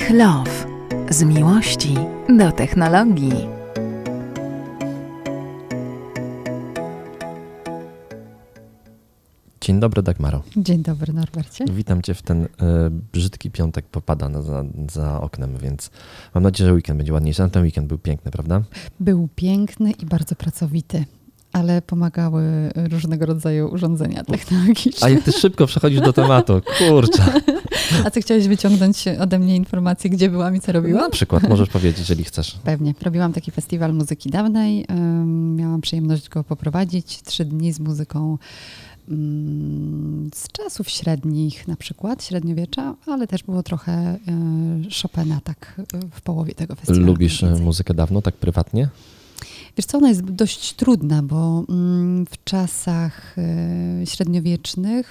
Tech Love. Z miłości do technologii. Dzień dobry, Dagmaro. Dzień dobry, Norbercie. Witam Cię w ten brzydki piątek, popada za oknem, więc mam nadzieję, że weekend będzie ładniejszy. Ten weekend był piękny, prawda? Był piękny i bardzo pracowity, ale pomagały różnego rodzaju urządzenia technologiczne. A jak Ty szybko przechodzisz do tematu, kurczę. A Ty chciałeś wyciągnąć ode mnie informacje, gdzie byłam i co robiłam? Na przykład, możesz powiedzieć, jeżeli chcesz. Pewnie. Robiłam taki festiwal muzyki dawnej. Miałam przyjemność go poprowadzić. 3 dni z muzyką z czasów średnich, na przykład średniowiecza, ale też było trochę Chopina tak w połowie tego festiwalu. Lubisz muzykę dawno, tak prywatnie? Wiesz co, ona jest dość trudna, bo w czasach średniowiecznych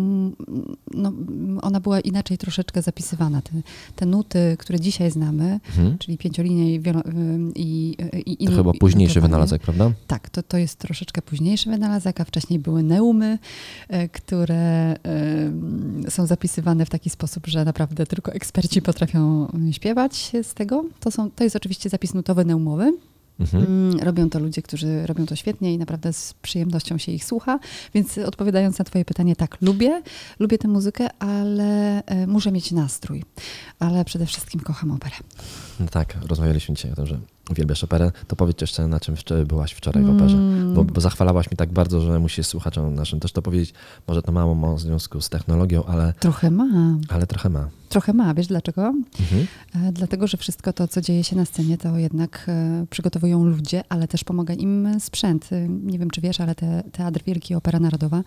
ona była inaczej troszeczkę zapisywana. Te nuty, które dzisiaj znamy, czyli pięciolinie i to chyba późniejszy wynalazek, prawda? Tak, to jest troszeczkę późniejszy wynalazek, a wcześniej były neumy, które są zapisywane w taki sposób, że naprawdę tylko eksperci potrafią śpiewać z tego. To jest oczywiście zapis nutowy neumowy. Robią to ludzie, którzy robią to świetnie i naprawdę z przyjemnością się ich słucha. Więc odpowiadając na twoje pytanie, tak, lubię tę muzykę, ale muszę mieć nastrój. Ale przede wszystkim kocham operę. No tak, rozmawialiśmy dzisiaj o tym, że uwielbiasz operę. To powiedz jeszcze, na czym byłaś wczoraj w operze. Bo zachwalałaś mi tak bardzo, że musisz słuchaczom naszym też to powiedzieć. Może to mało ma w związku z technologią, ale... Trochę ma. Ale trochę ma. Trochę ma. Wiesz dlaczego? Dlatego, że wszystko to, co dzieje się na scenie, to jednak przygotowują ludzie, ale też pomaga im sprzęt. Nie wiem, czy wiesz, ale Teatr Wielki Opera Narodowa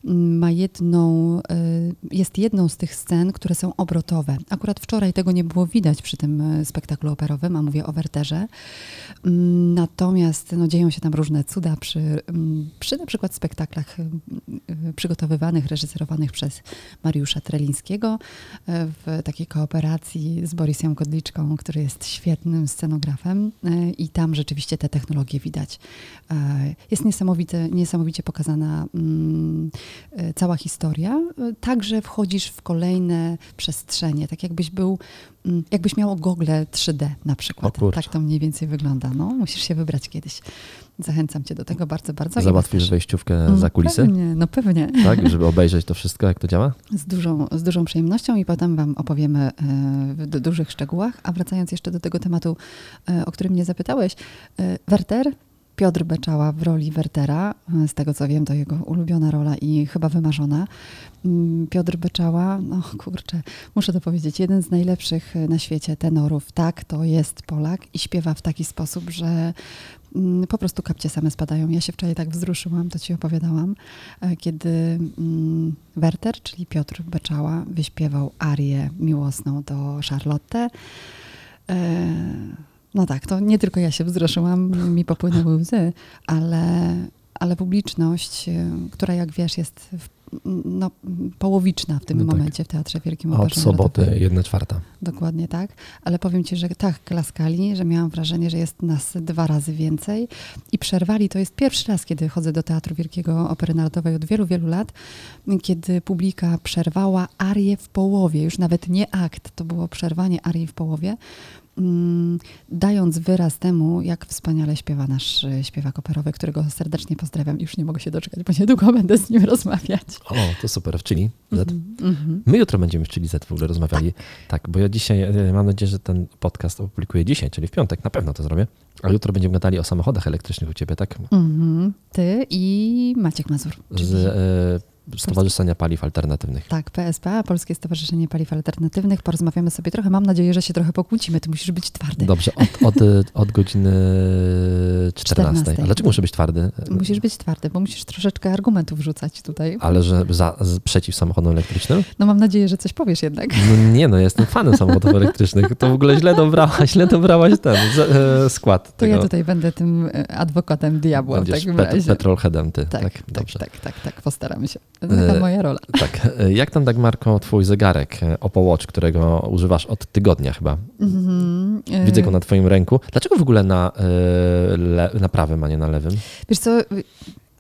jest jedną z tych scen, które są obrotowe. Akurat wczoraj tego nie było widać przy tym spektaklu operowym, a mówię o Werterze. Natomiast dzieją się tam różne cuda przy na przykład spektaklach przygotowywanych, reżyserowanych przez Mariusza Trelińskiego w takiej kooperacji z Borisem Kodliczką, który jest świetnym scenografem i tam rzeczywiście te technologie widać. Jest niesamowicie pokazana cała historia. Także wchodzisz w kolejne przestrzenie, tak jakbyś miał gogle 3D na przykład. Tak to mniej więcej wygląda. Musisz się wybrać kiedyś. Zachęcam cię do tego bardzo, bardzo. Załatwisz wejściówkę za kulisy? Pewnie. Tak, żeby obejrzeć to wszystko, jak to działa? Z dużą przyjemnością i potem wam opowiemy w dużych szczegółach. A wracając jeszcze do tego tematu, o którym mnie zapytałeś. Werter, Piotr Beczała w roli Wertera, z tego co wiem, to jego ulubiona rola i chyba wymarzona. Piotr Beczała, muszę to powiedzieć, jeden z najlepszych na świecie tenorów. Tak, to jest Polak i śpiewa w taki sposób, że po prostu kapcie same spadają. Ja się wczoraj tak wzruszyłam, to ci opowiadałam, kiedy Werter, czyli Piotr Beczała, wyśpiewał arię miłosną do Charlotte. No tak, to nie tylko ja się wzruszyłam, mi popłynęły łzy, ale publiczność, która jak wiesz jest połowiczna w tym momencie w Teatrze Wielkim Operze Od soboty 1/4. Dokładnie tak, ale powiem ci, że tak klaskali, że miałam wrażenie, że jest nas 2 razy więcej i przerwali. To jest pierwszy raz, kiedy chodzę do Teatru Wielkiego Opery Narodowej od wielu, wielu lat, kiedy publika przerwała arię w połowie, już nawet nie akt, to było przerwanie arii w połowie, dając wyraz temu, jak wspaniale śpiewa nasz śpiewak operowy, którego serdecznie pozdrawiam. Już nie mogę się doczekać, bo niedługo będę z nim rozmawiać. O, to super, w Chili Z. My jutro będziemy w Chili Z w ogóle rozmawiali. Tak, bo ja dzisiaj, mam nadzieję, że ten podcast opublikuję dzisiaj, czyli w piątek, na pewno to zrobię. A jutro będziemy gadali o samochodach elektrycznych u ciebie, tak? Ty i Maciek Mazur. Stowarzyszenia Paliw Alternatywnych. Tak, PSPA, Polskie Stowarzyszenie Paliw Alternatywnych. Porozmawiamy sobie trochę. Mam nadzieję, że się trochę pokłócimy. Ty musisz być twardy. Dobrze, od godziny 14. A dlaczego muszę być twardy? Musisz być twardy, bo musisz troszeczkę argumentów rzucać tutaj. Ale że przeciw samochodom elektrycznym? Mam nadzieję, że coś powiesz jednak. Ja jestem fanem samochodów elektrycznych. To w ogóle źle dobrałaś ten skład. To ja tutaj będę tym adwokatem diabła. Będziesz petrolheadem ty. Tak, dobrze. Tak, postaram się. Taka moja rola. Tak. Jak tam, Dagmarko, twój zegarek Oppo Watch, którego używasz od tygodnia chyba? Widzę go na twoim ręku. Dlaczego w ogóle na prawym, a nie na lewym? Wiesz co,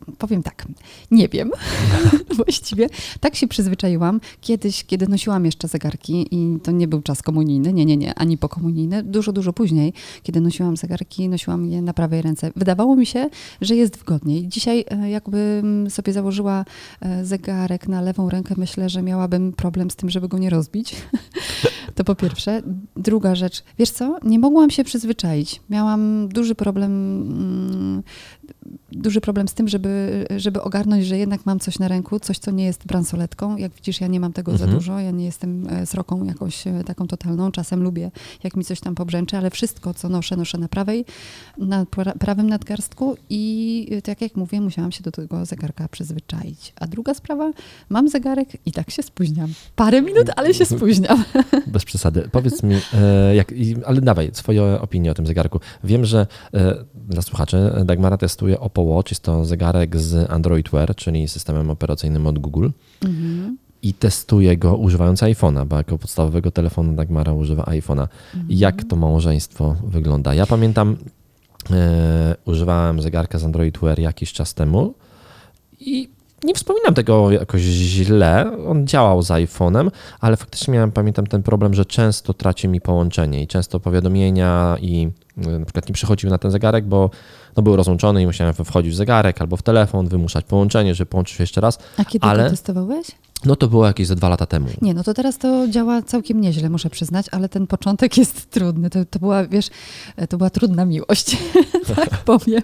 powiem tak, nie wiem właściwie. Tak się przyzwyczaiłam. Kiedyś, kiedy nosiłam jeszcze zegarki i to nie był czas komunijny, nie, ani pokomunijny, dużo później, kiedy nosiłam zegarki, nosiłam je na prawej ręce. Wydawało mi się, że jest wygodniej. Dzisiaj jakbym sobie założyła zegarek na lewą rękę, myślę, że miałabym problem z tym, żeby go nie rozbić. To po pierwsze. Druga rzecz, wiesz co, nie mogłam się przyzwyczaić. Miałam duży problem z tym, żeby ogarnąć, że jednak mam coś na ręku, coś, co nie jest bransoletką. Jak widzisz, ja nie mam tego za dużo, ja nie jestem sroką jakąś taką totalną. Czasem lubię, jak mi coś tam pobrzęczy, ale wszystko, co noszę na prawym nadgarstku i tak jak mówię, musiałam się do tego zegarka przyzwyczaić. A druga sprawa, mam zegarek i tak się spóźniam. Parę minut, ale się spóźniam. Bez przesady. Powiedz mi, ale dawaj swoje opinie o tym zegarku. Wiem, że dla słuchaczy Dagmara testuje Oppo Watch. Jest to zegarek z Android Wear, czyli systemem operacyjnym od Google. I testuje go używając iPhone'a, bo jako podstawowego telefonu Dagmara używa iPhone'a. Jak to małżeństwo wygląda? Ja pamiętam, używałem zegarka z Android Wear jakiś czas temu i nie wspominam tego jakoś źle. On działał z iPhone'em, ale faktycznie pamiętam ten problem, że często traci mi połączenie i często powiadomienia i na przykład nie przychodził na ten zegarek, bo był rozłączony i musiałem wchodzić w zegarek albo w telefon, wymuszać połączenie, żeby połączyć się jeszcze raz. A kiedy to testowałeś? No to było jakieś ze 2 lata temu. Nie, no to teraz to działa całkiem nieźle, muszę przyznać, ale ten początek jest trudny. To była, wiesz, to była trudna miłość, tak powiem.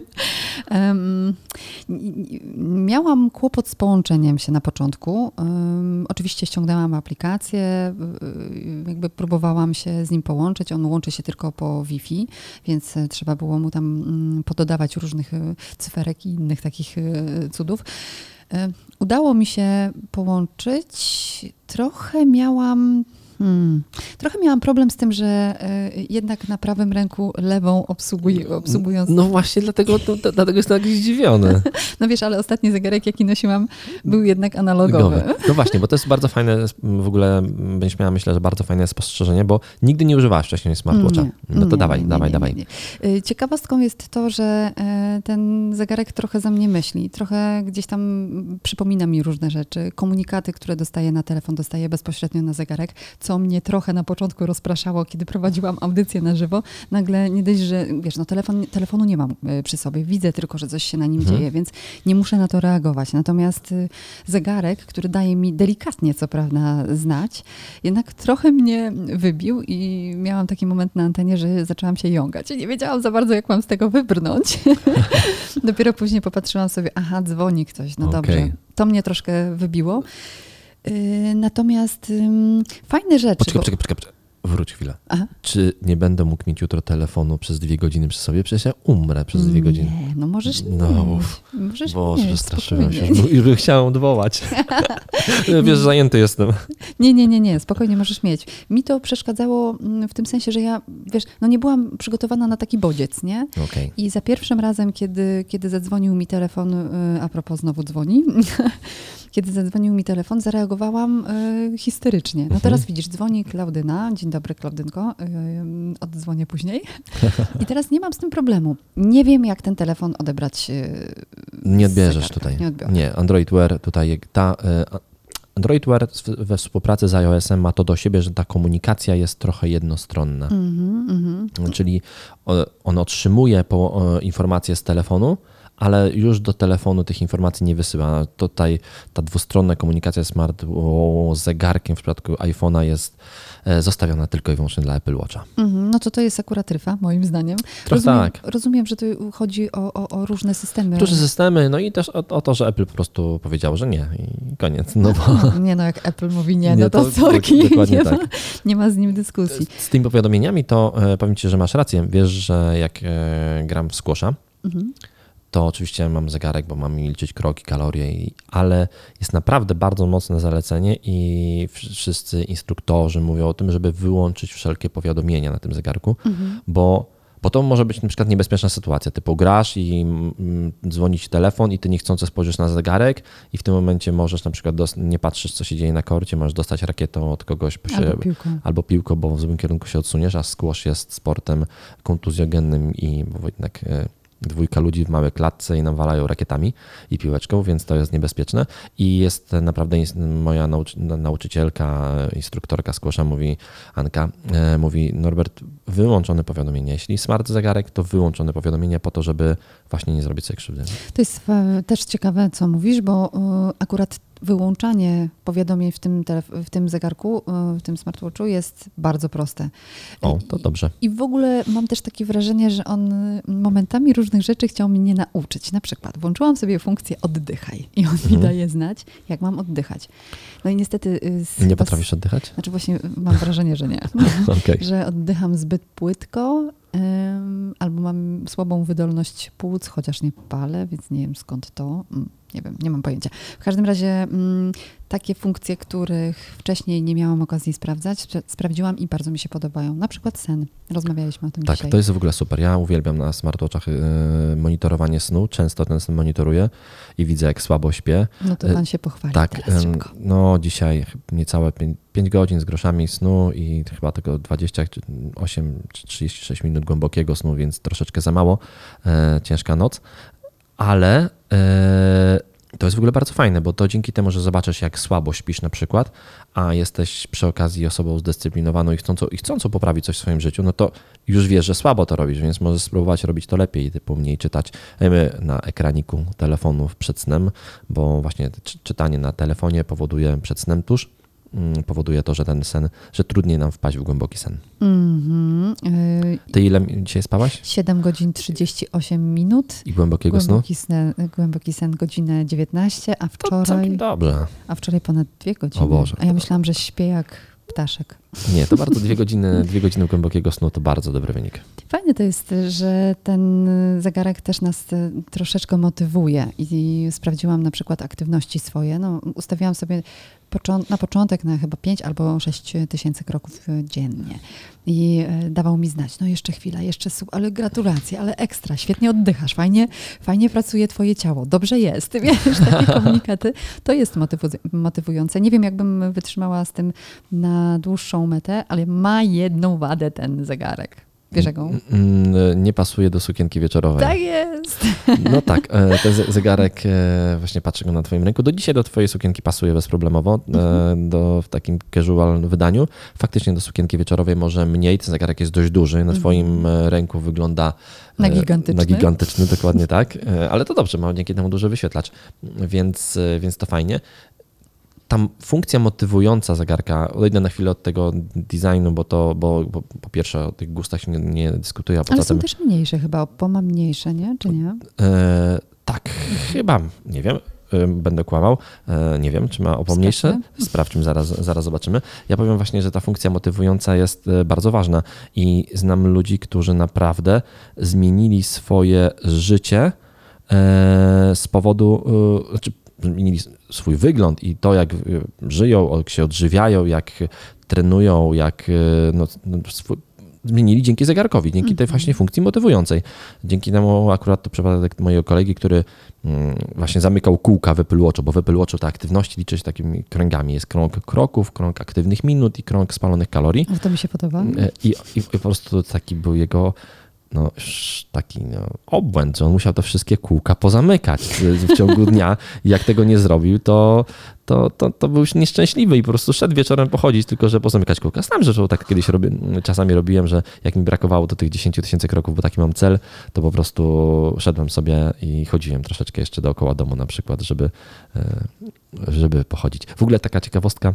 Miałam kłopot z połączeniem się na początku. Oczywiście ściągnęłam aplikację, jakby próbowałam się z nim połączyć. On łączy się tylko po Wi-Fi, więc trzeba było mu tam pododawać różnych cyferek i innych takich cudów. Udało mi się połączyć. Trochę miałam problem z tym, że jednak na prawym ręku lewą obsługując... No właśnie, dlatego jestem tak zdziwiony. No wiesz, ale ostatni zegarek, jaki nosiłam, był jednak analogowy. No właśnie, bo to jest bardzo fajne, w ogóle będziesz miała, myślę, że bardzo fajne spostrzeżenie, bo nigdy nie używałaś wcześniej smartwatcha. No to dawaj. Nie. Ciekawostką jest to, że ten zegarek trochę za mnie myśli. Trochę gdzieś tam przypomina mi różne rzeczy. Komunikaty, które dostaję na telefon, dostaję bezpośrednio na zegarek, co mnie trochę na początku rozpraszało, kiedy prowadziłam audycję na żywo. Nagle nie dość, że wiesz, no telefonu nie mam przy sobie. Widzę tylko, że coś się na nim dzieje, więc nie muszę na to reagować. Natomiast zegarek, który daje mi delikatnie, co prawda, znać, jednak trochę mnie wybił i miałam taki moment na antenie, że zaczęłam się jągać. Nie wiedziałam za bardzo, jak mam z tego wybrnąć. Dopiero później popatrzyłam sobie, dzwoni ktoś, no dobrze. To mnie troszkę wybiło. Natomiast fajne rzeczy. Poczekaj. Wróć chwilę. Aha. Czy nie będę mógł mieć jutro telefonu przez 2 godziny przy sobie? Przecież ja umrę przez 2 godziny. Nie, no możesz mieć. Możesz Boże, wystraszyłem się. Już chciałem odwołać. Wiesz, zajęty jestem. Nie, spokojnie możesz mieć. Mi to przeszkadzało w tym sensie, że ja, wiesz, no nie byłam przygotowana na taki bodziec, nie? Okay. I za pierwszym razem, kiedy zadzwonił mi telefon, a propos znowu dzwoni, kiedy zadzwonił mi telefon, zareagowałam histerycznie. No teraz widzisz, dzwoni Klaudyna. Dzień dobry, Klaudynko. Oddzwonię później. I teraz nie mam z tym problemu. Nie wiem, jak ten telefon odebrać. Nie odbierzesz tutaj. Nie, Android Wear tutaj. Android Wear we współpracy z iOS-em ma to do siebie, że ta komunikacja jest trochę jednostronna. Czyli on otrzymuje informacje z telefonu, ale już do telefonu tych informacji nie wysyła. Tutaj ta dwustronna komunikacja z zegarkiem w przypadku iPhone'a jest zostawiona tylko i wyłącznie dla Apple Watcha. No to jest akurat ryfa, moim zdaniem. Rozumiem, że tu chodzi o różne systemy. Różne systemy, no i też o to, że Apple po prostu powiedział, że nie i koniec. No bo... Nie, no jak Apple mówi nie, no to sorki. Dokładnie tak. Nie ma z nim dyskusji. Z tymi powiadomieniami to powiem ci, że masz rację. Wiesz, że jak gram w squasha, to oczywiście mam zegarek, bo mam liczyć kroki, kalorie, ale jest naprawdę bardzo mocne zalecenie i wszyscy instruktorzy mówią o tym, żeby wyłączyć wszelkie powiadomienia na tym zegarku, bo to może być na przykład niebezpieczna sytuacja, typu grasz i dzwoni ci telefon i ty niechcący spojrzysz na zegarek i w tym momencie możesz na przykład nie patrzysz, co się dzieje na korcie, możesz dostać rakietą od kogoś albo piłką, bo w złym kierunku się odsuniesz, a squash jest sportem kontuzjogennym bo jednak 2 ludzi w małej klatce i nawalają rakietami i piłeczką, więc to jest niebezpieczne. I jest naprawdę moja nauczycielka, instruktorka squasha mówi, Anka, mówi Norbert, wyłączone powiadomienia. Jeśli smart zegarek, to wyłączone powiadomienia po to, żeby właśnie nie zrobić sobie krzywdy. To jest też ciekawe, co mówisz, bo akurat wyłączanie powiadomień w tym zegarku, w tym smartwatchu jest bardzo proste. O, to dobrze. I w ogóle mam też takie wrażenie, że on momentami różnych rzeczy chciał mnie nauczyć. Na przykład włączyłam sobie funkcję oddychaj i on mi daje znać, jak mam oddychać. No i niestety... Nie potrafisz oddychać? Znaczy właśnie mam wrażenie, że nie. Okay. Że oddycham zbyt płytko, albo mam słabą wydolność płuc, chociaż nie palę, więc nie wiem skąd to. Nie wiem, nie mam pojęcia. W każdym razie takie funkcje, których wcześniej nie miałam okazji sprawdzać, sprawdziłam i bardzo mi się podobają. Na przykład sen. Rozmawialiśmy o tym dzisiaj. Tak, to jest w ogóle super. Ja uwielbiam na smartwatchach monitorowanie snu. Często ten sen monitoruję i widzę, jak słabo śpię. No to pan się pochwali teraz szybko. No dzisiaj niecałe 5 godzin z groszami snu i chyba tylko 28 czy 36 minut głębokiego snu, więc troszeczkę za mało. Ciężka noc. Ale to jest w ogóle bardzo fajne, bo to dzięki temu, że zobaczysz, jak słabo śpisz na przykład, a jesteś przy okazji osobą zdyscyplinowaną i chcącą poprawić coś w swoim życiu, no to już wiesz, że słabo to robisz, więc możesz spróbować robić to lepiej, typu mniej czytać na ekraniku telefonów przed snem, bo właśnie czytanie na telefonie powoduje przed snem powoduje to, że ten sen, że trudniej nam wpaść w głęboki sen. Ty ile dzisiaj spałaś? 7 godzin 38 minut. I głębokiego snu? Głęboki sen godzinę 19, a wczoraj... To całkiem dobrze. A wczoraj ponad 2 godziny. O Boże. A ja myślałam, że śpię jak ptaszek. Nie, to bardzo 2 godziny głębokiego snu to bardzo dobry wynik. Fajne to jest, że ten zegarek też nas troszeczkę motywuje i sprawdziłam na przykład aktywności swoje. No, ustawiłam sobie na początek na chyba 5 albo 6 tysięcy kroków dziennie i dawał mi znać, no jeszcze chwila, ale gratulacje, ale ekstra, świetnie oddychasz, fajnie pracuje twoje ciało, dobrze jest, wiesz, takie komunikaty, to jest motywujące. Nie wiem, jakbym wytrzymała z tym na dłuższą metę, ale ma jedną wadę ten zegarek. Wiesz jaką? Nie pasuje do sukienki wieczorowej. Tak jest. No tak, ten zegarek, właśnie patrzę go na twoim ręku, do dzisiaj do twojej sukienki pasuje bezproblemowo, w takim casual wydaniu. Faktycznie do sukienki wieczorowej może mniej, ten zegarek jest dość duży, na twoim ręku wygląda na gigantyczny, dokładnie tak, ale to dobrze, ma dzięki temu duży wyświetlacz, więc to fajnie. Tam funkcja motywująca zegarka, odejdę na chwilę od tego designu, bo po pierwsze o tych gustach się nie dyskutuje, a poza ale są tym... też mniejsze chyba, Oppo ma mniejsze, nie? Czy nie? Tak, chyba, nie wiem, będę kłamał, nie wiem, czy ma Oppo mniejsze, sprawdźmy, zaraz zobaczymy. Ja powiem właśnie, że ta funkcja motywująca jest bardzo ważna i znam ludzi, którzy naprawdę zmienili swoje życie z powodu, zmienili swój wygląd i to, jak żyją, jak się odżywiają, jak trenują, jak zmienili dzięki zegarkowi, dzięki tej właśnie funkcji motywującej. Dzięki temu akurat to przypadek mojego kolegi, który właśnie zamykał kółka w Apple Watchu, bo w Apple Watchu te aktywności liczy się takimi kręgami. Jest krąg kroków, krąg aktywnych minut i krąg spalonych kalorii. To mi się podoba. I po prostu taki był jego taki obłęd, że on musiał te wszystkie kółka pozamykać w ciągu dnia i jak tego nie zrobił, to był już nieszczęśliwy i po prostu szedł wieczorem pochodzić, tylko że pozamykać kółka. Znam, że tak kiedyś czasami robiłem, że jak mi brakowało do tych 10 tysięcy kroków, bo taki mam cel, to po prostu szedłem sobie i chodziłem troszeczkę jeszcze dookoła domu na przykład, żeby pochodzić. W ogóle taka ciekawostka,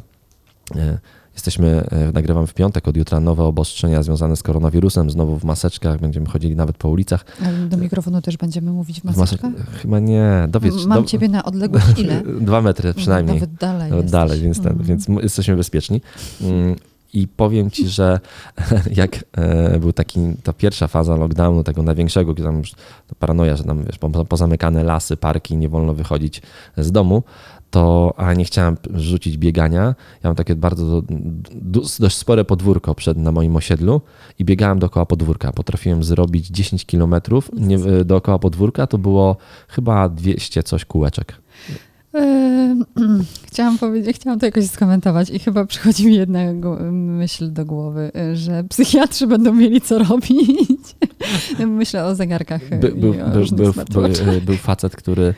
nagrywam w piątek, od jutra nowe obostrzenia związane z koronawirusem, znowu w maseczkach, będziemy chodzili nawet po ulicach. Ale do mikrofonu też będziemy mówić w maseczkach? Chyba nie. Mam ciebie na odległość ile? 2 metry przynajmniej. Nawet dalej więc jesteśmy bezpieczni. I powiem ci, że jak był ta pierwsza faza lockdownu, tego największego, gdzie tam już paranoja, że tam pozamykane lasy, parki, nie wolno wychodzić z domu, a nie chciałem rzucić biegania. Ja mam takie dość spore podwórko na moim osiedlu i biegałem dookoła podwórka. Potrafiłem zrobić 10 kilometrów dookoła podwórka, to było chyba 200 coś kółeczek. Chciałam to jakoś skomentować i chyba przychodzi mi jedna myśl do głowy, że psychiatrzy będą mieli co robić. Myślę o zegarkach i o różnych smartwatchach. Był facet, który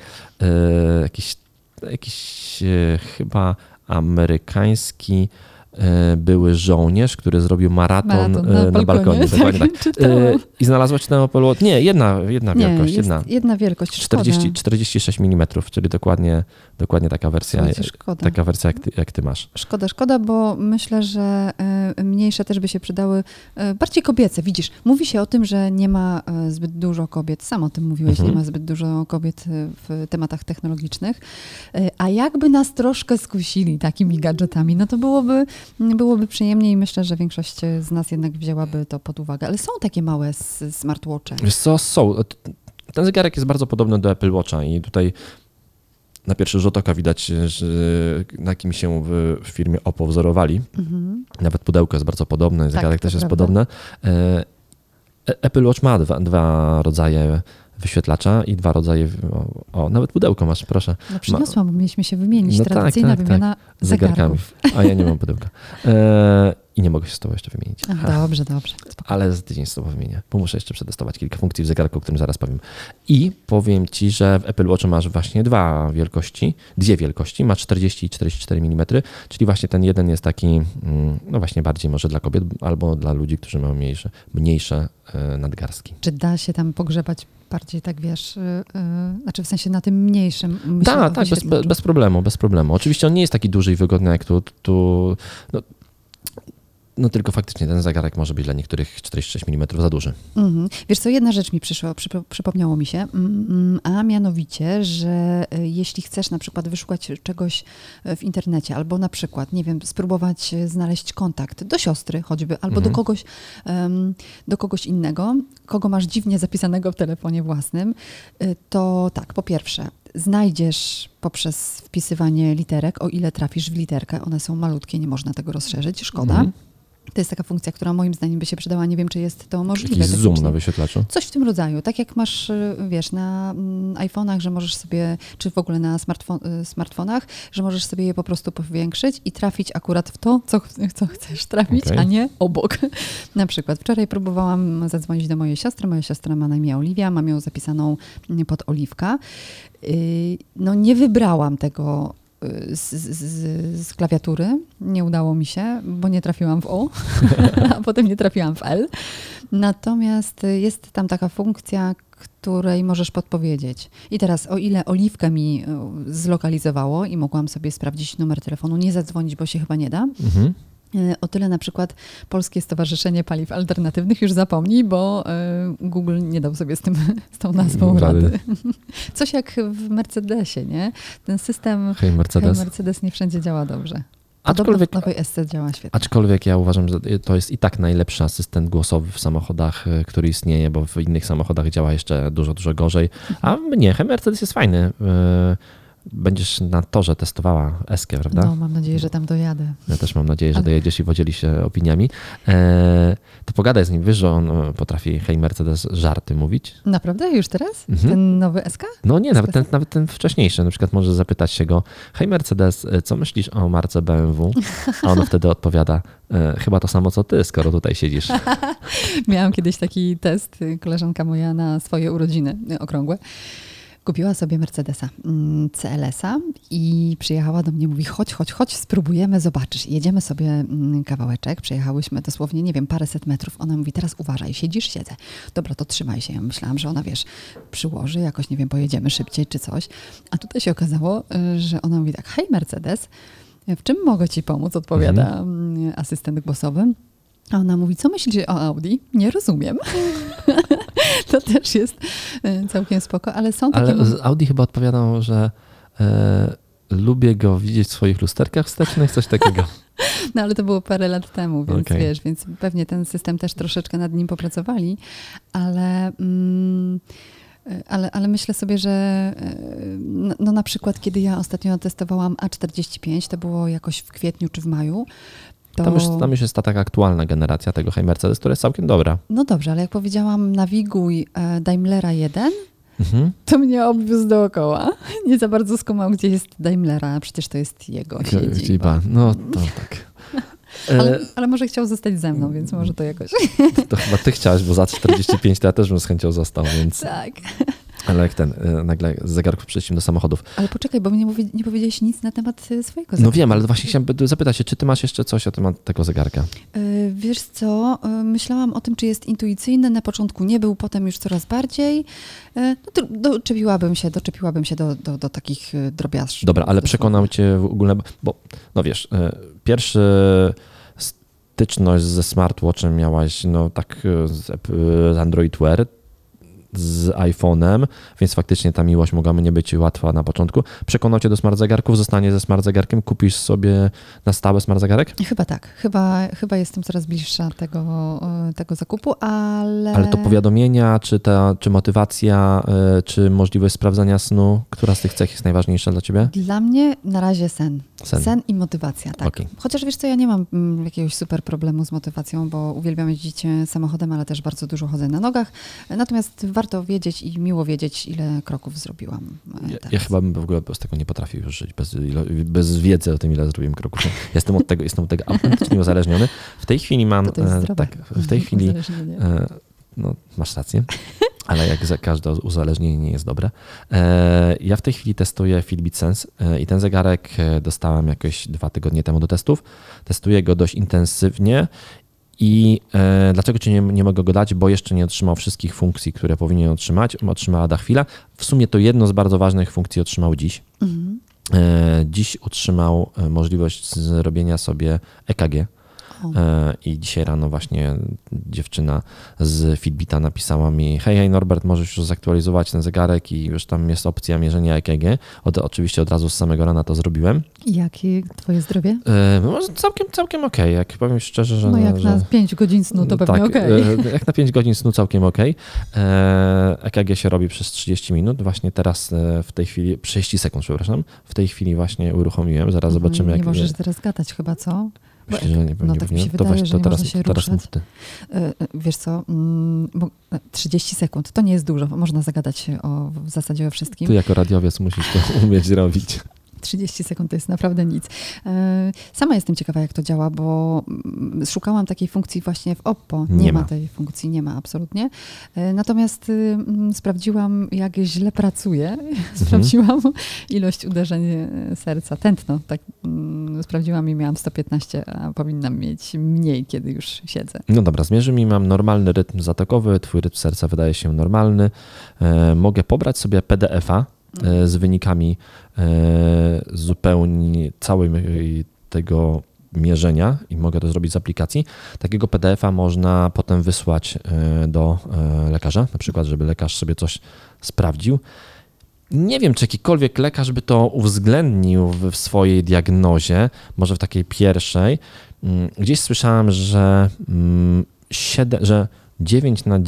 jakiś chyba amerykański były żołnierz, który zrobił maraton na balkonie. Dokładnie tak. I znalazła się tam Apple Watch. Nie, jedna wielkość. Jedna wielkość. 46 mm, czyli dokładnie taka wersja, jak ty masz. Szkoda, bo myślę, że mniejsze też by się przydały, bardziej kobiece. Widzisz, mówi się o tym, że nie ma zbyt dużo kobiet, sam o tym mówiłeś, nie ma zbyt dużo kobiet w tematach technologicznych, a jakby nas troszkę skusili takimi gadżetami, no to byłoby przyjemnie i myślę, że większość z nas jednak wzięłaby to pod uwagę. Ale są takie małe smartwatche. Wiesz co, są. Ten zegarek jest bardzo podobny do Apple Watcha i tutaj na pierwszy rzut oka widać, że na kim się w firmie Oppo wzorowali. Nawet pudełko jest bardzo podobne, zegarek też jest podobny. Apple Watch ma dwa rodzaje wyświetlacza i dwa rodzaje, nawet pudełko masz, proszę. No przyniosłam, bo mieliśmy się wymienić, tradycyjna wymiana zegarków. A ja nie mam pudełka. I nie mogę się z tobą jeszcze wymienić. Dobrze. Ale za tydzień z tobą wymienię, bo muszę jeszcze przetestować kilka funkcji w zegarku, o którym zaraz powiem. I powiem ci, że w Apple Watchu masz właśnie dwie wielkości, masz 40 i 44 mm, czyli właśnie ten jeden jest taki, no właśnie bardziej może dla kobiet albo dla ludzi, którzy mają mniejsze nadgarstki. Czy da się tam pogrzebać bardziej, tak wiesz, znaczy w sensie na tym mniejszym? Tak, bez problemu. Oczywiście on nie jest taki duży i wygodny jak tu no tylko faktycznie ten zegarek może być dla niektórych 46 mm za duży. Wiesz co, jedna rzecz mi przypomniało mi się, a mianowicie, że jeśli chcesz na przykład wyszukać czegoś w internecie, albo na przykład, nie wiem, spróbować znaleźć kontakt do siostry choćby, albo do kogoś innego, kogo masz dziwnie zapisanego w telefonie własnym, to tak, po pierwsze, znajdziesz poprzez wpisywanie literek, o ile trafisz w literkę, one są malutkie, nie można tego rozszerzyć, szkoda. To jest taka funkcja, która moim zdaniem by się przydała. Nie wiem, czy jest to możliwe. Jakiś zoom na wyświetlaczu? Coś w tym rodzaju. Tak jak masz, wiesz, na iPhone'ach, że możesz sobie, czy w ogóle na smartfonach, że możesz sobie je po prostu powiększyć i trafić akurat w to, co chcesz trafić, a nie obok. Na przykład wczoraj próbowałam zadzwonić do mojej siostry. Moja siostra ma na imię Oliwia, mam ją zapisaną pod Oliwka. No nie wybrałam tego z klawiatury. Nie udało mi się, bo nie trafiłam w O, a potem nie trafiłam w L. Natomiast jest tam taka funkcja, której możesz podpowiedzieć. I teraz, o ile Oliwkę mi zlokalizowało i mogłam sobie sprawdzić numer telefonu, nie zadzwonić, bo się chyba nie da, o tyle na przykład Polskie Stowarzyszenie Paliw Alternatywnych już zapomnij, bo Google nie dał sobie z tą nazwą rady. Coś jak w Mercedesie, nie? Ten system Hey Mercedes nie wszędzie działa dobrze. Aczkolwiek w nowej SC działa świetnie. Aczkolwiek ja uważam, że to jest i tak najlepszy asystent głosowy w samochodach, który istnieje, bo w innych samochodach działa jeszcze dużo, dużo gorzej. A nie, Hey Mercedes jest fajny. Będziesz na torze testowała Eskę, prawda? No, mam nadzieję, że tam dojadę. Ja też mam nadzieję, że dojedziesz i podzieli się opiniami. To pogadaj z nim, wiesz, że on potrafi Hey Mercedes żarty mówić. Naprawdę? Już teraz? Ten nowy SK? No nie, nawet ten wcześniejszy. Na przykład może zapytać się go: Hey Mercedes, co myślisz o marce BMW? A on wtedy odpowiada: chyba to samo co ty, skoro tutaj siedzisz. Miałam kiedyś taki test, koleżanka moja na swoje urodziny okrągłe. Kupiła sobie Mercedesa CLS-a i przyjechała do mnie, mówi: chodź, spróbujemy, zobaczysz. Jedziemy sobie kawałeczek, przejechałyśmy dosłownie, nie wiem, paręset metrów. Ona mówi: teraz uważaj, siedzisz? Siedzę. Dobra, to trzymaj się. Ja myślałam, że ona, wiesz, przyłoży, jakoś, nie wiem, pojedziemy szybciej czy coś. A tutaj się okazało, że ona mówi tak: hej Mercedes, w czym mogę ci pomóc? Odpowiada asystent głosowy. A ona mówi: co myślisz o Audi? Nie rozumiem. To też jest całkiem spoko, ale są takie... Ale Audi chyba odpowiadał, że lubię go widzieć w swoich lusterkach wstecznych, coś takiego. No ale to było parę lat temu, więc wiesz, więc pewnie ten system też troszeczkę nad nim popracowali, ale myślę sobie, że no na przykład kiedy ja ostatnio testowałam A45, to było jakoś w kwietniu czy w maju, Tam już jest ta taka aktualna generacja tego Hey Mercedes, która jest całkiem dobra. No dobrze, ale jak powiedziałam, nawiguj Daimlera 1, to mnie obwiózł dookoła. Nie za bardzo skumał, gdzie jest Daimlera, przecież to jest jego siedziba. No to tak. Ale może chciał zostać ze mną, więc może to jakoś... To chyba ty chciałaś, bo za 45 to ja też bym z chęcią został, więc... Tak. Ale jak nagle z zegarków przejściem do samochodów. Ale poczekaj, bo nie powiedziałeś nic na temat swojego zegarka. No wiem, ale właśnie chciałem zapytać się, czy ty masz jeszcze coś na temat tego zegarka? Wiesz co, myślałam o tym, czy jest intuicyjny. Na początku nie był, potem już coraz bardziej. Doczepiłabym się do takich drobiazgów. Dobra, ale przekonał cię w ogóle, bo no wiesz, pierwszy styczność ze smartwatchem miałaś z Android Wear, z iPhone'em, więc faktycznie ta miłość mogłaby nie być łatwa na początku. Przekonał cię do smart zegarków, zostanie ze smart zegarkiem, kupisz sobie na stałe smart zegarek? Chyba tak. Chyba jestem coraz bliższa tego zakupu, ale... Ale to powiadomienia, czy motywacja, czy możliwość sprawdzania snu, która z tych cech jest najważniejsza dla ciebie? Dla mnie na razie sen. Sen i motywacja, tak. Okay. Chociaż wiesz co, ja nie mam jakiegoś super problemu z motywacją, bo uwielbiam jeździć samochodem, ale też bardzo dużo chodzę na nogach. Natomiast warto wiedzieć i miło wiedzieć, ile kroków zrobiłam. Ja chyba bym w ogóle bez tego nie potrafił już żyć, bez wiedzy o tym, ile zrobiłem kroków. Jestem od tego autentycznie uzależniony. W tej chwili mam... w tej chwili... No, masz rację, ale jak każde uzależnienie nie jest dobre. Ja w tej chwili testuję Fitbit Sense i ten zegarek dostałem jakoś 2 tygodnie temu do testów. Testuję go dość intensywnie i dlaczego ci nie mogę go dać? Bo jeszcze nie otrzymał wszystkich funkcji, które powinien otrzymać. Otrzymała za chwilę. W sumie to jedno z bardzo ważnych funkcji otrzymał dziś. Dziś otrzymał możliwość zrobienia sobie EKG. I dzisiaj rano właśnie dziewczyna z Fitbita napisała mi: hej Norbert, możesz już zaktualizować ten zegarek i już tam jest opcja mierzenia EKG. Oczywiście od razu z samego rana to zrobiłem. I jakie twoje zdrowie? Całkiem okej. Jak powiem szczerze, że... No jak na 5 godzin snu to pewnie okej. Jak na 5 godzin snu całkiem okej. EKG się robi przez 30 minut. Właśnie teraz w tej chwili, 30 sekund, przepraszam. W tej chwili właśnie uruchomiłem. Zaraz zobaczymy. Nie możesz teraz gadać chyba, co? Myślę, że nie tak mi się wydaje, że nie można się ruszać. Mów ty. Wiesz co, 30 sekund to nie jest dużo. Można zagadać w zasadzie o wszystkim. Ty jako radiowiec musisz to umieć robić. 30 sekund to jest naprawdę nic. Sama jestem ciekawa, jak to działa, bo szukałam takiej funkcji właśnie w Oppo. Nie ma tej funkcji, nie ma absolutnie. Natomiast sprawdziłam, jak źle pracuje. Sprawdziłam ilość uderzeń serca, tętno. Tak, sprawdziłam i miałam 115, a powinnam mieć mniej, kiedy już siedzę. No dobra, zmierzy mi, mam normalny rytm zatokowy, twój rytm serca wydaje się normalny. Mogę pobrać sobie PDF-a z wynikami zupełnie całej tego mierzenia i mogę to zrobić z aplikacji. Takiego PDF-a można potem wysłać do lekarza, na przykład, żeby lekarz sobie coś sprawdził. Nie wiem, czy jakikolwiek lekarz by to uwzględnił w swojej diagnozie, może w takiej pierwszej. Gdzieś słyszałem, że 9 na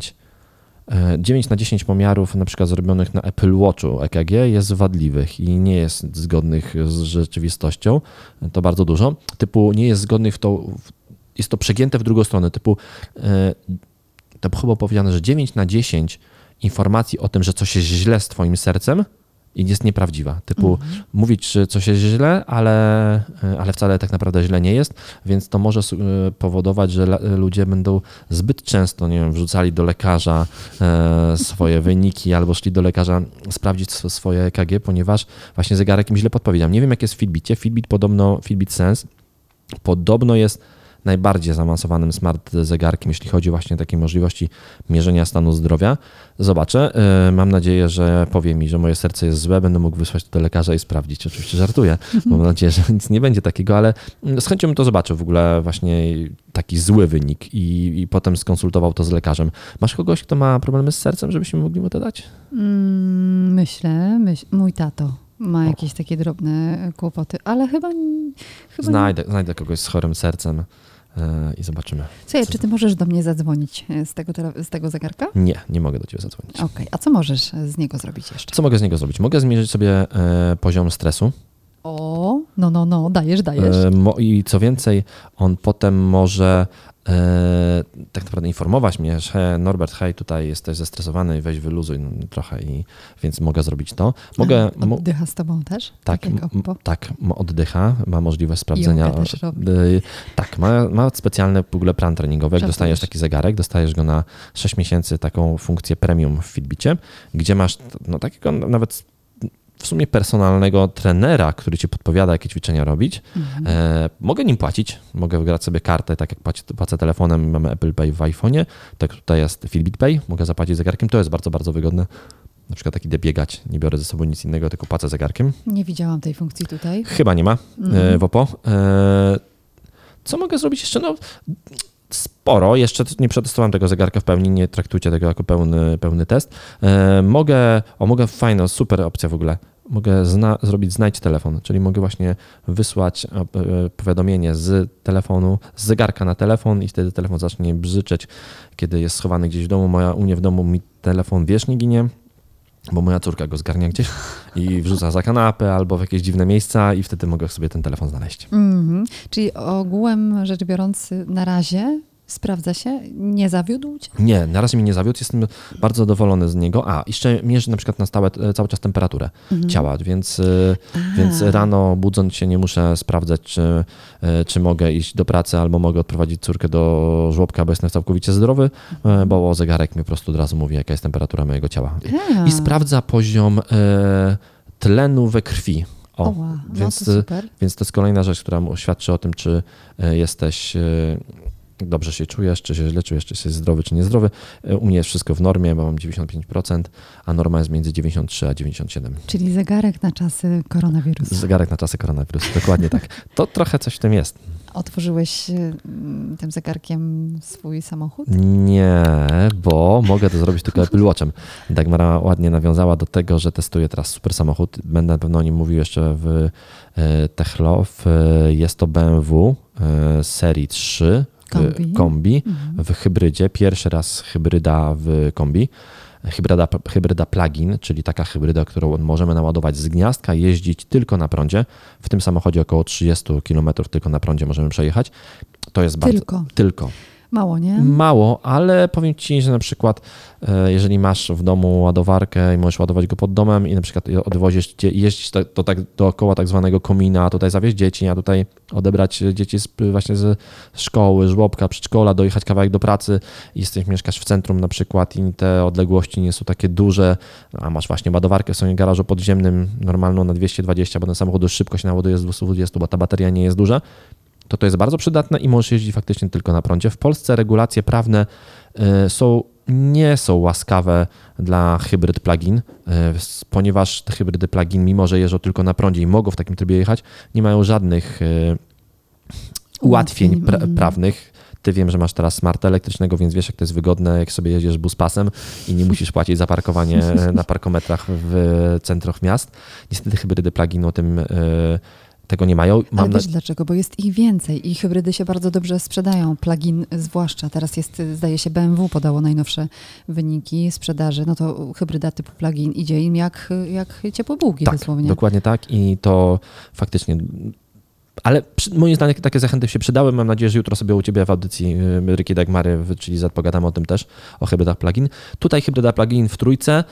10 pomiarów na przykład zrobionych na Apple Watchu EKG jest wadliwych i nie jest zgodnych z rzeczywistością. To bardzo dużo. Typu nie jest zgodnych jest to przegięte w drugą stronę. Typu to chyba powiedziane, że 9 na 10 informacji o tym, że coś jest źle z twoim sercem i jest nieprawdziwa. Typu mówić, że coś jest źle, ale wcale tak naprawdę źle nie jest, więc to może powodować, że ludzie będą zbyt często, nie wiem, wrzucali do lekarza swoje wyniki albo szli do lekarza sprawdzić swoje EKG, ponieważ właśnie zegarek im źle podpowiedział. Nie wiem, jak jest w Fitbicie. Fitbit Sense podobno jest najbardziej zaawansowanym smart zegarkiem, jeśli chodzi właśnie o takie możliwości mierzenia stanu zdrowia. Zobaczę. Mam nadzieję, że powie mi, że moje serce jest złe, będę mógł wysłać to do lekarza i sprawdzić. Oczywiście żartuję. Mam nadzieję, że nic nie będzie takiego, ale z chęcią bym to zobaczył w ogóle właśnie taki zły wynik i potem skonsultował to z lekarzem. Masz kogoś, kto ma problemy z sercem, żebyśmy mogli mu to dać? Myślę. Mój tato ma jakieś takie drobne kłopoty, ale chyba Znajdę kogoś z chorym sercem i zobaczymy. Słuchaj, czy ty możesz do mnie zadzwonić z tego zegarka? Nie mogę do ciebie zadzwonić. Okej, a co możesz z niego zrobić jeszcze? Co mogę z niego zrobić? Mogę zmierzyć sobie poziom stresu. O, no, dajesz. I co więcej, on potem może tak naprawdę informować mnie, że Norbert, hej, tutaj jesteś zestresowany i weź wyluzuj trochę, więc mogę zrobić to. Oddycha z tobą też? Tak, oddycha, ma możliwość sprawdzenia. Też robi. Tak, ma specjalny w ogóle plan treningowy. Jak dostajesz taki zegarek, dostajesz go na 6 miesięcy, taką funkcję premium w Fitbicie, gdzie masz takiego nawet w sumie personalnego trenera, który ci podpowiada, jakie ćwiczenia robić. Mogę nim płacić, mogę wygrać sobie kartę, tak jak płacę telefonem, mamy Apple Pay w iPhone'ie, tak tutaj jest Fitbit Pay, mogę zapłacić zegarkiem, to jest bardzo, bardzo wygodne. Na przykład jak idę biegać, nie biorę ze sobą nic innego, tylko płacę zegarkiem. Nie widziałam tej funkcji tutaj. Chyba nie ma w OPPO. Co mogę zrobić jeszcze? Sporo. Jeszcze nie przetestowałem tego zegarka w pełni, nie traktujcie tego jako pełny test. Mogę fajna, super opcja w ogóle. Mogę zrobić znajdź telefon, czyli mogę właśnie wysłać powiadomienie z telefonu, z zegarka na telefon i wtedy telefon zacznie brzyczeć, kiedy jest schowany gdzieś w domu. U mnie w domu mi telefon wiecznie ginie, bo moja córka go zgarnia gdzieś i wrzuca za kanapę albo w jakieś dziwne miejsca i wtedy mogę sobie ten telefon znaleźć. Czyli ogółem rzecz biorąc na razie sprawdza się? Nie zawiódł cię? Nie, na razie mi nie zawiódł, jestem bardzo zadowolony z niego. Jeszcze mierzy na przykład na stałe cały czas temperaturę ciała, więc rano budząc się nie muszę sprawdzać, czy mogę iść do pracy albo mogę odprowadzić córkę do żłobka, bo jestem całkowicie zdrowy, bo zegarek mi po prostu od razu mówi, jaka jest temperatura mojego ciała. I sprawdza poziom tlenu we krwi. Więc, to super. Więc to jest kolejna rzecz, która świadczy o tym, czy jesteś... dobrze się czujesz, czy się źle czujesz, czy jesteś zdrowy, czy niezdrowy. U mnie jest wszystko w normie, bo mam 95%, a norma jest między 93 a 97. Czyli zegarek na czasy koronawirusa. Zegarek na czasy koronawirusa, dokładnie tak. To trochę coś w tym jest. Otworzyłeś tym zegarkiem swój samochód? Nie, bo mogę to zrobić tylko Apple Watchem. Dagmara ładnie nawiązała do tego, że testuję teraz super samochód. Będę na pewno o nim mówił jeszcze w Techlove. Jest to BMW serii 3. Kombi w hybrydzie. Pierwszy raz hybryda w kombi. Hybryda plug-in, czyli taka hybryda, którą możemy naładować z gniazdka, jeździć tylko na prądzie. W tym samochodzie około 30 km tylko na prądzie możemy przejechać. To jest tylko. Mało, nie? Mało, ale powiem ci, że na przykład jeżeli masz w domu ładowarkę i możesz ładować go pod domem i na przykład odwozisz, jeździć to tak dookoła tak zwanego komina, a tutaj zawieźć dzieci, a tutaj odebrać dzieci właśnie z szkoły, żłobka, przedszkola, dojechać kawałek do pracy i mieszkasz w centrum na przykład i te odległości nie są takie duże, a masz właśnie ładowarkę w swoim garażu podziemnym normalną na 220, bo ten samochód dość szybko się naładuje z 220, bo ta bateria nie jest duża. To jest bardzo przydatne i możesz jeździć faktycznie tylko na prądzie. W Polsce regulacje prawne nie są łaskawe dla hybryd plug-in, ponieważ te hybrydy plug-in, mimo że jeżdżą tylko na prądzie i mogą w takim trybie jechać, nie mają żadnych ułatwień prawnych. Ty wiem, że masz teraz smarta elektrycznego, więc wiesz, jak to jest wygodne, jak sobie jedziesz buspasem i nie musisz płacić za parkowanie na parkometrach w centrach miast. Niestety hybrydy plug-in o tym tego nie mają. Ale wiesz dlaczego? Bo jest ich więcej i hybrydy się bardzo dobrze sprzedają, plug-in zwłaszcza. Teraz jest, zdaje się, BMW podało najnowsze wyniki sprzedaży, no to hybryda typu plug-in idzie im jak ciepłe bułki dosłownie. Dokładnie tak i to faktycznie... Ale moim zdaniem takie zachęty się przydały. Mam nadzieję, że jutro sobie u Ciebie w audycji Ryki Dagmary, czyli pogadamy o tym też, o hybrydach plug-in. Tutaj hybryda plug-in w trójce.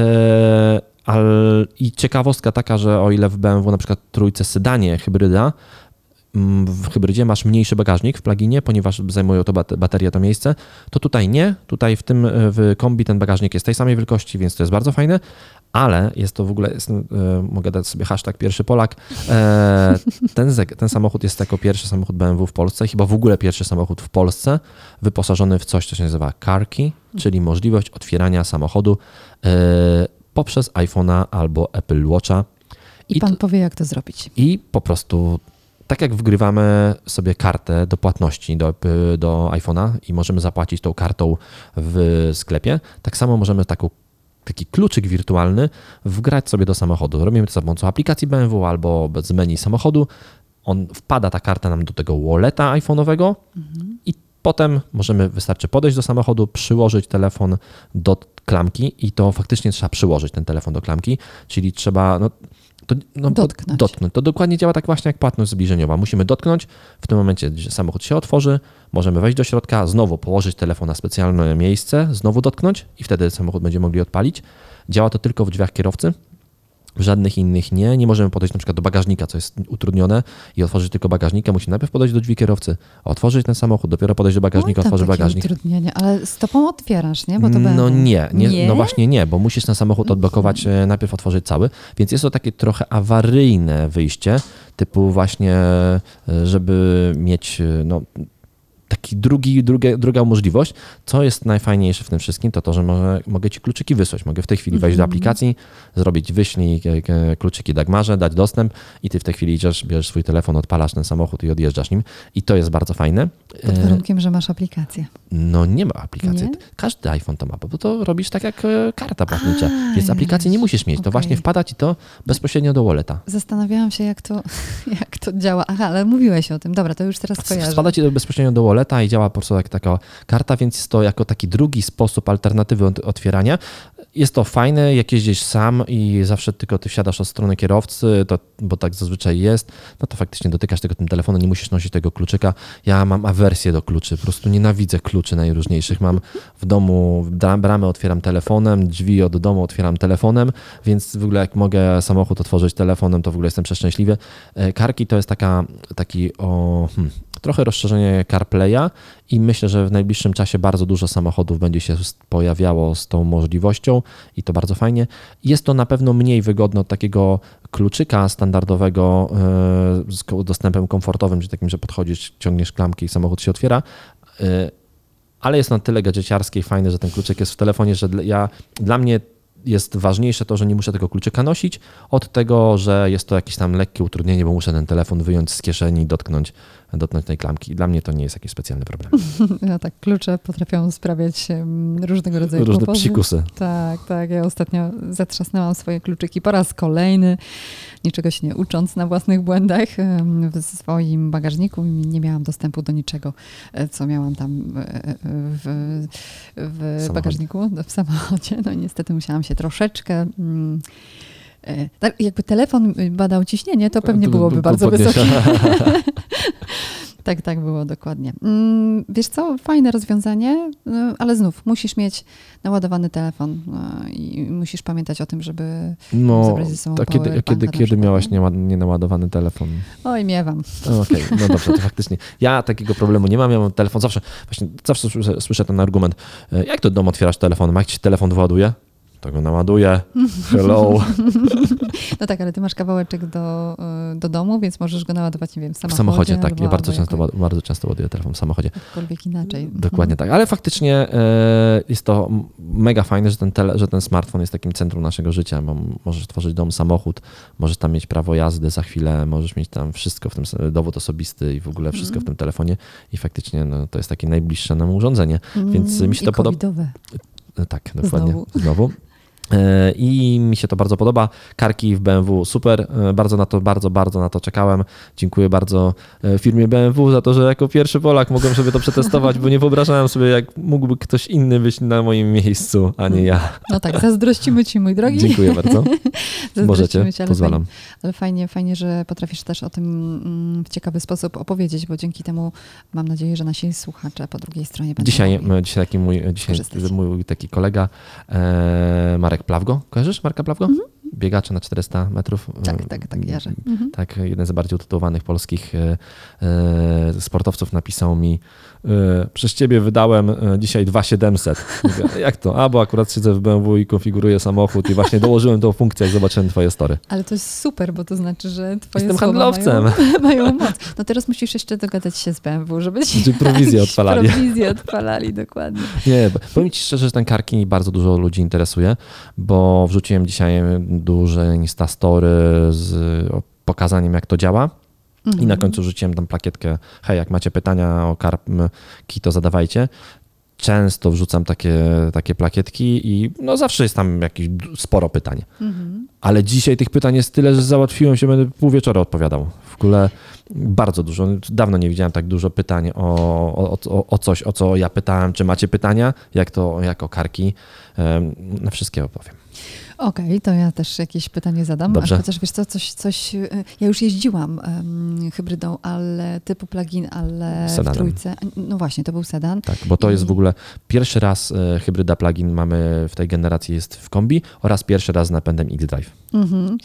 I ciekawostka taka, że o ile w BMW na przykład trójce sedanie hybryda, w hybrydzie masz mniejszy bagażnik w pluginie, ponieważ zajmują to baterie to miejsce, to tutaj nie. Tutaj w kombi ten bagażnik jest tej samej wielkości, więc to jest bardzo fajne, ale jest to w ogóle, mogę dać sobie hashtag pierwszy Polak, ten samochód jest jako pierwszy samochód BMW w Polsce, chyba w ogóle pierwszy samochód w Polsce wyposażony w coś, co się nazywa Car Key, czyli możliwość otwierania samochodu poprzez iPhone'a albo Apple Watcha. I pan powie, jak to zrobić. I po prostu, tak jak wgrywamy sobie kartę do płatności do iPhone'a i możemy zapłacić tą kartą w sklepie, tak samo możemy taki kluczyk wirtualny wgrać sobie do samochodu. Robimy to za pomocą aplikacji BMW albo z menu samochodu. Wpada ta karta nam do tego walleta iPhone'owego i potem wystarczy podejść do samochodu, przyłożyć telefon do klamki i to faktycznie trzeba przyłożyć ten telefon do klamki, czyli trzeba, Dotknąć. To dokładnie działa tak właśnie jak płatność zbliżeniowa. Musimy dotknąć, w tym momencie samochód się otworzy, możemy wejść do środka, znowu położyć telefon na specjalne miejsce, znowu dotknąć i wtedy samochód będziemy mogli odpalić. Działa to tylko w drzwiach kierowcy. W żadnych innych nie możemy podejść na przykład do bagażnika, co jest utrudnione i otworzyć tylko bagażnika. Musimy najpierw podejść do drzwi kierowcy, otworzyć ten samochód, dopiero podejść do bagażnika, otworzyć bagażnik. Utrudnienie, ale stopą otwierasz, nie? Bo to no nie, no właśnie nie, bo musisz ten samochód odblokować, najpierw otworzyć cały, więc jest to takie trochę awaryjne wyjście, typu właśnie, żeby mieć taki druga możliwość. Co jest najfajniejsze w tym wszystkim, to że mogę ci kluczyki wysłać. Mogę w tej chwili wejść do aplikacji, zrobić wyślij kluczyki Dagmarze, dać dostęp i ty w tej chwili idziesz, bierzesz swój telefon, odpalasz ten samochód i odjeżdżasz nim. I to jest bardzo fajne. Pod warunkiem, że masz aplikację. No nie ma aplikacji. Nie? Każdy iPhone to ma, bo to robisz tak jak karta płatnicza. Więc aplikacji nie musisz mieć. To właśnie wpada ci to bezpośrednio do walleta. Zastanawiałam się, jak to działa. Aha, ale mówiłeś o tym. Dobra, to już teraz kojarzę. Spada ci to bezpośrednio do walleta i działa po prostu jak taka karta, więc jest to jako taki drugi sposób alternatywy otwierania. Jest to fajne, jak jeździsz sam i zawsze tylko ty wsiadasz od strony kierowcy, bo tak zazwyczaj jest, no to faktycznie dotykasz tego tym telefonem, nie musisz nosić tego kluczyka. Ja mam awersję do kluczy, po prostu nienawidzę kluczy najróżniejszych. Mam w domu, bramę otwieram telefonem, drzwi od domu otwieram telefonem, więc w ogóle jak mogę samochód otworzyć telefonem, to w ogóle jestem przeszczęśliwy. Karki to jest trochę rozszerzenie CarPlaya i myślę, że w najbliższym czasie bardzo dużo samochodów będzie się pojawiało z tą możliwością i to bardzo fajnie. Jest to na pewno mniej wygodne od takiego kluczyka standardowego z dostępem komfortowym, czyli takim, że podchodzisz, ciągniesz klamkę i samochód się otwiera, ale jest na tyle gadżeciarskie i fajne, że ten kluczyk jest w telefonie, że dla mnie jest ważniejsze to, że nie muszę tego kluczyka nosić, od tego, że jest to jakieś tam lekkie utrudnienie, bo muszę ten telefon wyjąć z kieszeni i dotknąć tej klamki. Dla mnie to nie jest jakiś specjalny problem. No tak, klucze potrafią sprawiać różnego rodzaju różne kłopoty. psikusy. Tak. Ja ostatnio zatrzasnęłam swoje kluczyki po raz kolejny, niczego się nie ucząc na własnych błędach. W swoim bagażniku nie miałam dostępu do niczego, co miałam tam w bagażniku, w samochodzie. No i niestety musiałam się troszeczkę... Tak, jakby telefon badał ciśnienie, to pewnie byłoby bardzo wysokie. Tak było dokładnie. Wiesz co, fajne rozwiązanie, ale znów musisz mieć naładowany telefon i musisz pamiętać o tym, żeby zabrać ze sobą kiedy miałaś nienaładowany telefon? Oj, miewam. Okej, no dobrze, to faktycznie. Ja takiego problemu nie mam, ja mam telefon zawsze słyszę ten argument, jak to dom otwierasz telefonem, jak ci telefon wyładuje? To go naładuję. Hello. No tak, ale ty masz kawałeczek do domu, więc możesz go naładować, nie wiem, w samochodzie. W samochodzie, tak. Ja bardzo często ładuję telefon w samochodzie. Jakkolwiek inaczej. Dokładnie tak. Ale faktycznie jest to mega fajne, że ten smartfon jest takim centrum naszego życia. Bo możesz tworzyć dom, samochód, możesz tam mieć prawo jazdy za chwilę, możesz mieć tam wszystko w tym, dowód osobisty i w ogóle wszystko w tym telefonie. I faktycznie to jest takie najbliższe nam urządzenie. Więc mi się to podoba. Tak, dokładnie. Znowu. I mi się to bardzo podoba. Karki w BMW super, bardzo na to czekałem. Dziękuję bardzo firmie BMW za to, że jako pierwszy Polak mogłem sobie to przetestować, bo nie wyobrażałem sobie, jak mógłby ktoś inny być na moim miejscu, a nie ja. No tak, zazdrościmy ci, mój drogi. Dziękuję bardzo. Możecie, pozwalam. Ale fajnie, że potrafisz też o tym w ciekawy sposób opowiedzieć, bo dzięki temu mam nadzieję, że nasi słuchacze po drugiej stronie będą Dzisiaj mój taki kolega Marek Plawgo. Kojarzysz Marka Plawgo? Biegacza na 400 metrów. Tak, jarzę. Tak, jeden z bardziej utytułowanych polskich sportowców napisał mi: przez ciebie wydałem dzisiaj 2700. Mówię, jak to? Bo akurat siedzę w BMW i konfiguruję samochód i właśnie dołożyłem tą funkcję, jak zobaczyłem twoje story. Ale to jest super, bo to znaczy, że twoje Jestem słowa handlowcem. mają moc. No teraz musisz jeszcze dogadać się z BMW, żeby ci prowizję odpalali. Prowizję odpalali, dokładnie. Nie, powiem ci szczerze, że ten Karki bardzo dużo ludzi interesuje, bo wrzuciłem dzisiaj duże Insta story z pokazaniem, jak to działa. I na końcu rzuciłem tam plakietkę: hej, jak macie pytania o karki, to zadawajcie. Często wrzucam takie plakietki i zawsze jest tam jakieś sporo pytań. Ale dzisiaj tych pytań jest tyle, że załatwiłem się, będę pół wieczora odpowiadał. W ogóle bardzo dużo. Dawno nie widziałem tak dużo pytań o coś, o co ja pytałem, czy macie pytania, jak o karki. Na wszystkie opowiem. Okej, to ja też jakieś pytanie zadam. Dobrze. Chociaż wiesz co, ja już jeździłam hybrydą, ale typu plug-in, ale Sedanem. w trójce. No właśnie, to był sedan. Tak, bo to jest w ogóle pierwszy raz hybryda plug-in mamy w tej generacji jest w kombi oraz pierwszy raz z napędem xDrive. Mhm.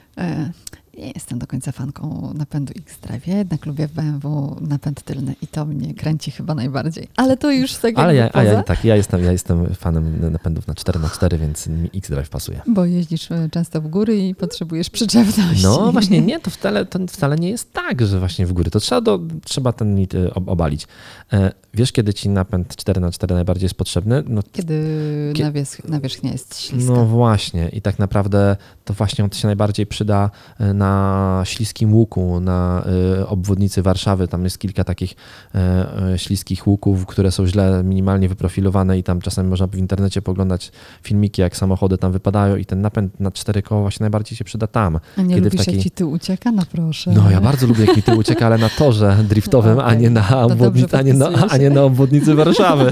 Nie jestem do końca fanką napędu xDrive. Ja jednak lubię w BMW napęd tylny i to mnie kręci chyba najbardziej. Ale to już tak jakby ja jestem fanem napędów na 4x4, więc mi xDrive pasuje. Bo jeździsz często w góry i potrzebujesz przyczepności. No właśnie nie, to wcale nie jest tak, że właśnie w góry. To trzeba ten mit obalić. Wiesz, kiedy ci napęd 4x4 najbardziej jest potrzebny? No, kiedy nawierzchnia jest śliska. No właśnie i tak naprawdę to właśnie on się najbardziej przyda na śliskim łuku, na obwodnicy Warszawy. Tam jest kilka takich śliskich łuków, które są źle minimalnie wyprofilowane i tam czasami można w internecie poglądać filmiki, jak samochody tam wypadają i ten napęd na 4 koła właśnie najbardziej się przyda tam. A nie lubisz, jak ci tył ucieka? No proszę. No ja bardzo lubię, jak mi tył ucieka, ale na torze driftowym, a nie na obwodnicy, a nie na obwodnicy Warszawy.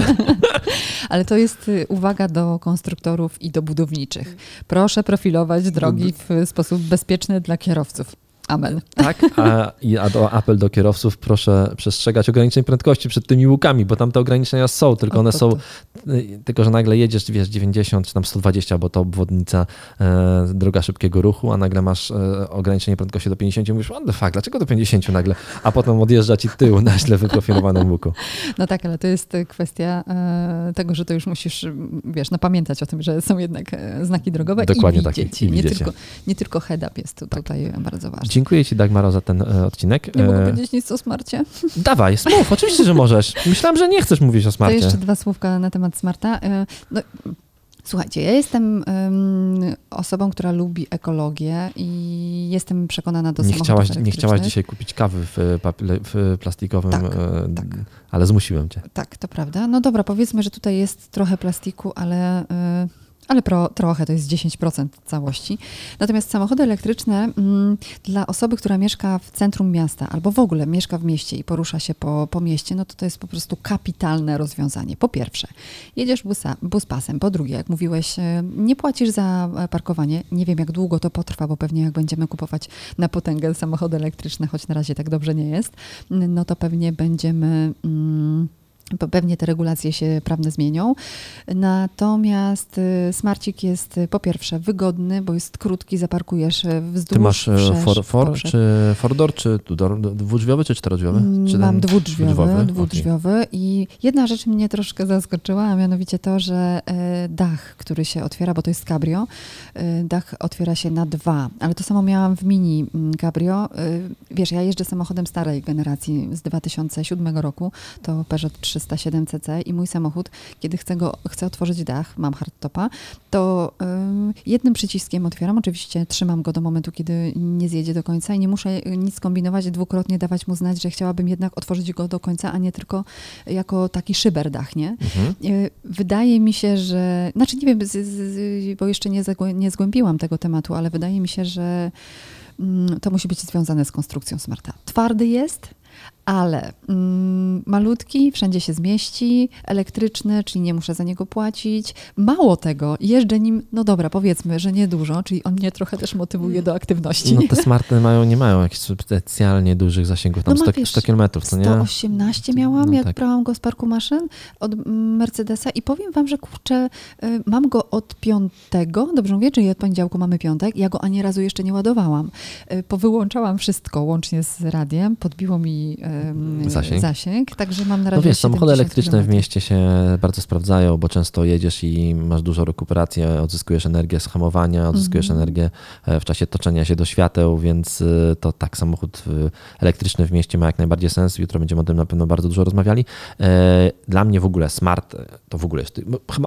Ale to jest uwaga do konstruktorów i do budowniczych. Proszę profilować drogi w sposób bezpieczny dla kierowców. Amen. Tak, apel do kierowców, proszę przestrzegać ograniczeń prędkości przed tymi łukami, bo tam te ograniczenia są, tylko one są, tylko że nagle jedziesz, wiesz, 90 czy tam 120, bo to obwodnica, droga szybkiego ruchu, a nagle masz ograniczenie prędkości do 50 i mówisz, what the fuck, dlaczego do 50 nagle? A potem odjeżdża ci tył na źle wyprofilowanym łuku. No tak, ale to jest kwestia tego, że to już musisz, wiesz, no pamiętać o tym, że są jednak znaki drogowe. Dokładnie i widzieć. Tak. Nie tylko head-up jest tutaj bardzo ważny. Dziękuję ci, Dagmaro, za ten odcinek. Nie mogę powiedzieć nic o smarcie? Dawaj, mów, oczywiście, że możesz. Myślałam, że nie chcesz mówić o smarcie. To jeszcze 2 słówka na temat smarta. No, słuchajcie, ja jestem osobą, która lubi ekologię i jestem przekonana do samochodów elektrycznych. Nie chciałaś dzisiaj kupić kawy w plastikowym, tak. Ale zmusiłem cię. Tak, to prawda. No dobra, powiedzmy, że tutaj jest trochę plastiku, ale trochę, to jest 10% całości. Natomiast samochody elektryczne dla osoby, która mieszka w centrum miasta albo w ogóle mieszka w mieście i porusza się po mieście, no to jest po prostu kapitalne rozwiązanie. Po pierwsze, jedziesz buspasem. Po drugie, jak mówiłeś, nie płacisz za parkowanie. Nie wiem, jak długo to potrwa, bo pewnie jak będziemy kupować na potęgę samochody elektryczne, choć na razie tak dobrze nie jest, no to pewnie pewnie te regulacje się prawne zmienią. Natomiast smarcik jest po pierwsze wygodny, bo jest krótki, zaparkujesz wzdłuż. Ty masz four-door, czy dwudrzwiowy, czy czterodrzwiowy? Mam dwudrzwiowy. I jedna rzecz mnie troszkę zaskoczyła, a mianowicie to, że dach, który się otwiera, bo to jest cabrio, dach otwiera się na 2. Ale to samo miałam w mini cabrio. Wiesz, ja jeżdżę samochodem starej generacji z 2007 roku. To Peugeot 307 cc i mój samochód, kiedy chcę otworzyć dach, mam hardtopa, to jednym przyciskiem otwieram. Oczywiście trzymam go do momentu, kiedy nie zjedzie do końca i nie muszę nic kombinować, dwukrotnie dawać mu znać, że chciałabym jednak otworzyć go do końca, a nie tylko jako taki szyberdach, nie? Mhm. Wydaje mi się, że, znaczy nie wiem, bo jeszcze nie zgłębiłam tego tematu, ale wydaje mi się, że to musi być związane z konstrukcją smarta. Twardy jest, ale malutki, wszędzie się zmieści, elektryczny, czyli nie muszę za niego płacić. Mało tego, jeżdżę nim, no dobra, powiedzmy, że niedużo, czyli on mnie trochę też motywuje do aktywności. No te smarty nie mają jakichś specjalnie dużych zasięgów, tam 100 km, to nie? 118 miałam, jak tak. brałam go z parku maszyn od Mercedesa i powiem wam, że kurczę, mam go od 5, dobrze mówię, czyli od poniedziałku mamy piątek, ja go ani razu jeszcze nie ładowałam. Powyłączałam wszystko, łącznie z radiem, podbiło mi zasięg, także mam na razie. No wiesz, samochody elektryczne w mieście się bardzo sprawdzają, bo często jedziesz i masz dużo rekuperacji, odzyskujesz energię z hamowania, odzyskujesz energię w czasie toczenia się do świateł, więc to tak, samochód elektryczny w mieście ma jak najbardziej sens. Jutro będziemy o tym na pewno bardzo dużo rozmawiali. Dla mnie w ogóle smart to w ogóle jest,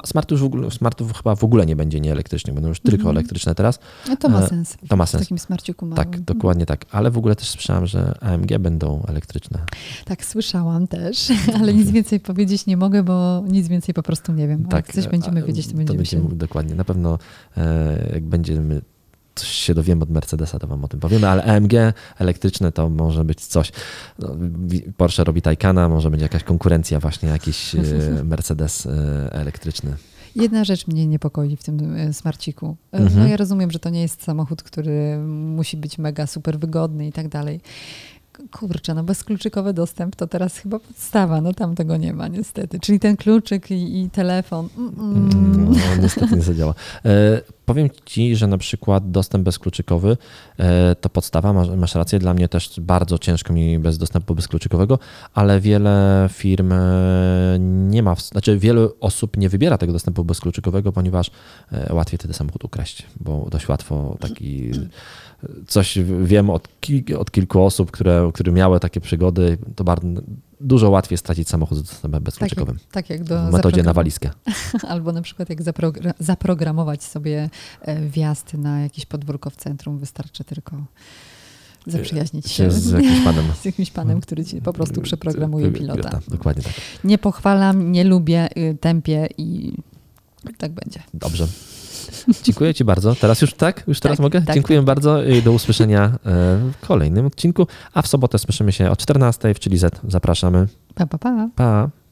smartów chyba w ogóle nie będzie nieelektrycznych, będą już tylko elektryczne teraz. No to ma sens. To ma sens. W takim smarciuku małym. Tak, dokładnie tak, ale w ogóle też słyszałam, że AMG będą elektryczne. Tak, słyszałam też, ale nic więcej powiedzieć nie mogę, bo nic więcej po prostu nie wiem. Tak, jak coś będziemy wiedzieć, to będziemy się... Dokładnie, na pewno jak będziemy coś się dowiemy od Mercedesa, to wam o tym powiemy, ale AMG elektryczne to może być coś. No, Porsche robi Taycana, może będzie jakaś konkurencja właśnie, jakiś Mercedes elektryczny. Jedna rzecz mnie niepokoi w tym smarciku. No ja rozumiem, że to nie jest samochód, który musi być mega super wygodny i tak dalej. Kurczę, no bezkluczykowy dostęp to teraz chyba podstawa, no tam tego nie ma niestety. Czyli ten kluczyk i telefon. No, niestety nie zadziała. Powiem ci, że na przykład dostęp bezkluczykowy to podstawa, masz rację, dla mnie też bardzo ciężko mi bez dostępu bezkluczykowego, ale wiele firm nie ma, znaczy wiele osób nie wybiera tego dostępu bezkluczykowego, ponieważ łatwiej wtedy samochód ukraść, bo dość łatwo taki... Coś wiem od kilku osób, które miały takie przygody, to dużo łatwiej stracić samochód z dostępem bezkluczykowym. Tak jak w metodzie na walizkę. Albo na przykład jak zaprogramować sobie wjazd na jakieś podwórko w centrum, wystarczy tylko zaprzyjaźnić się z jakimś panem. Z jakimś panem, który ci po prostu przeprogramuje pilota. Dokładnie tak. Nie pochwalam, nie lubię, tępię i tak będzie. Dobrze. Dziękuję ci bardzo. Teraz już tak? Już teraz mogę? Tak, Dziękuję tak. bardzo i do usłyszenia w kolejnym odcinku. A w sobotę słyszymy się o 14:00 w Chili Z. Zapraszamy. Pa, pa, pa. Pa.